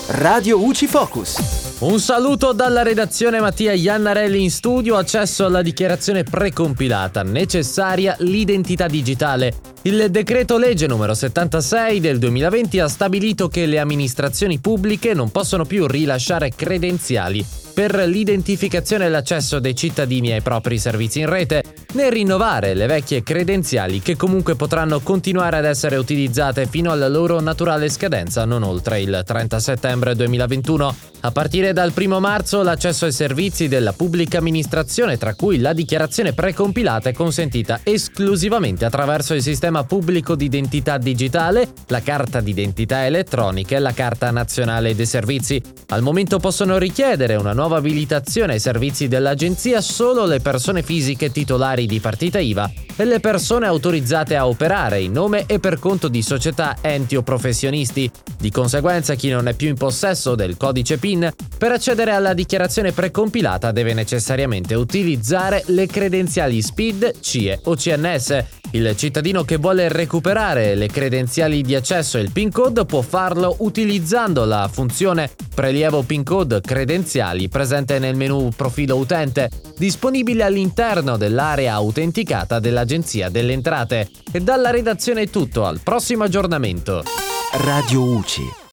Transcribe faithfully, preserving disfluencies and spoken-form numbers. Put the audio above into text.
Radio U C I Focus. Un saluto dalla redazione Mattia Iannarelli in studio. Accesso alla dichiarazione precompilata necessaria, l'identità digitale. Il decreto legge numero settantasei del duemilaventi ha stabilito che le amministrazioni pubbliche non possono più rilasciare credenziali per l'identificazione e l'accesso dei cittadini ai propri servizi in rete, né rinnovare le vecchie credenziali che comunque potranno continuare ad essere utilizzate fino alla loro naturale scadenza non oltre il trenta settembre duemilaventuno. A partire dal primo marzo l'accesso ai servizi della pubblica amministrazione, tra cui la dichiarazione precompilata, è consentita esclusivamente attraverso il sistema pubblico di identità digitale, la carta d'identità elettronica e la carta nazionale dei servizi. Al momento possono richiedere una nuova abilitazione ai servizi dell'agenzia solo le persone fisiche titolari di partita I V A e le persone autorizzate a operare in nome e per conto di società, enti o professionisti. Di conseguenza, chi non è più in possesso del codice PIN per accedere alla dichiarazione precompilata deve necessariamente utilizzare le credenziali SPID, C I E o C N S. Il cittadino che vuole recuperare le credenziali di accesso e il PIN code può farlo utilizzando la funzione prelievo PIN code credenziali presente nel menu profilo utente, disponibile all'interno dell'area autenticata dell'Agenzia delle Entrate. E dalla redazione è tutto, al prossimo aggiornamento. Radio U C I.